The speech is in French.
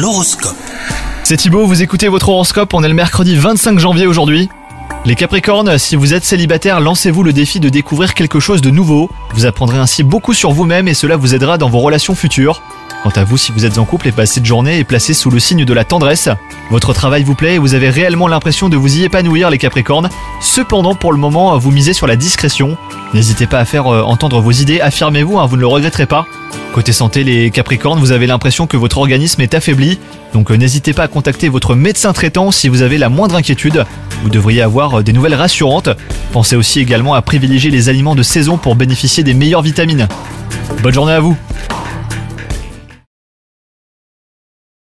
L'horoscope. C'est Thibaut, vous écoutez votre horoscope, on est le mercredi 25 janvier aujourd'hui. Les Capricornes, si vous êtes célibataire, lancez-vous le défi de découvrir quelque chose de nouveau. Vous apprendrez ainsi beaucoup sur vous-même et cela vous aidera dans vos relations futures. Quant à vous, si vous êtes en couple, cette journée est placée sous le signe de la tendresse. Votre travail vous plaît et vous avez réellement l'impression de vous y épanouir, les Capricornes. Cependant, pour le moment, vous misez sur la discrétion. N'hésitez pas à faire entendre vos idées, affirmez-vous, vous ne le regretterez pas. Côté santé, les Capricornes, vous avez l'impression que votre organisme est affaibli. Donc n'hésitez pas à contacter votre médecin traitant si vous avez la moindre inquiétude. Vous devriez avoir des nouvelles rassurantes. Pensez aussi également à privilégier les aliments de saison pour bénéficier des meilleures vitamines. Bonne journée à vous!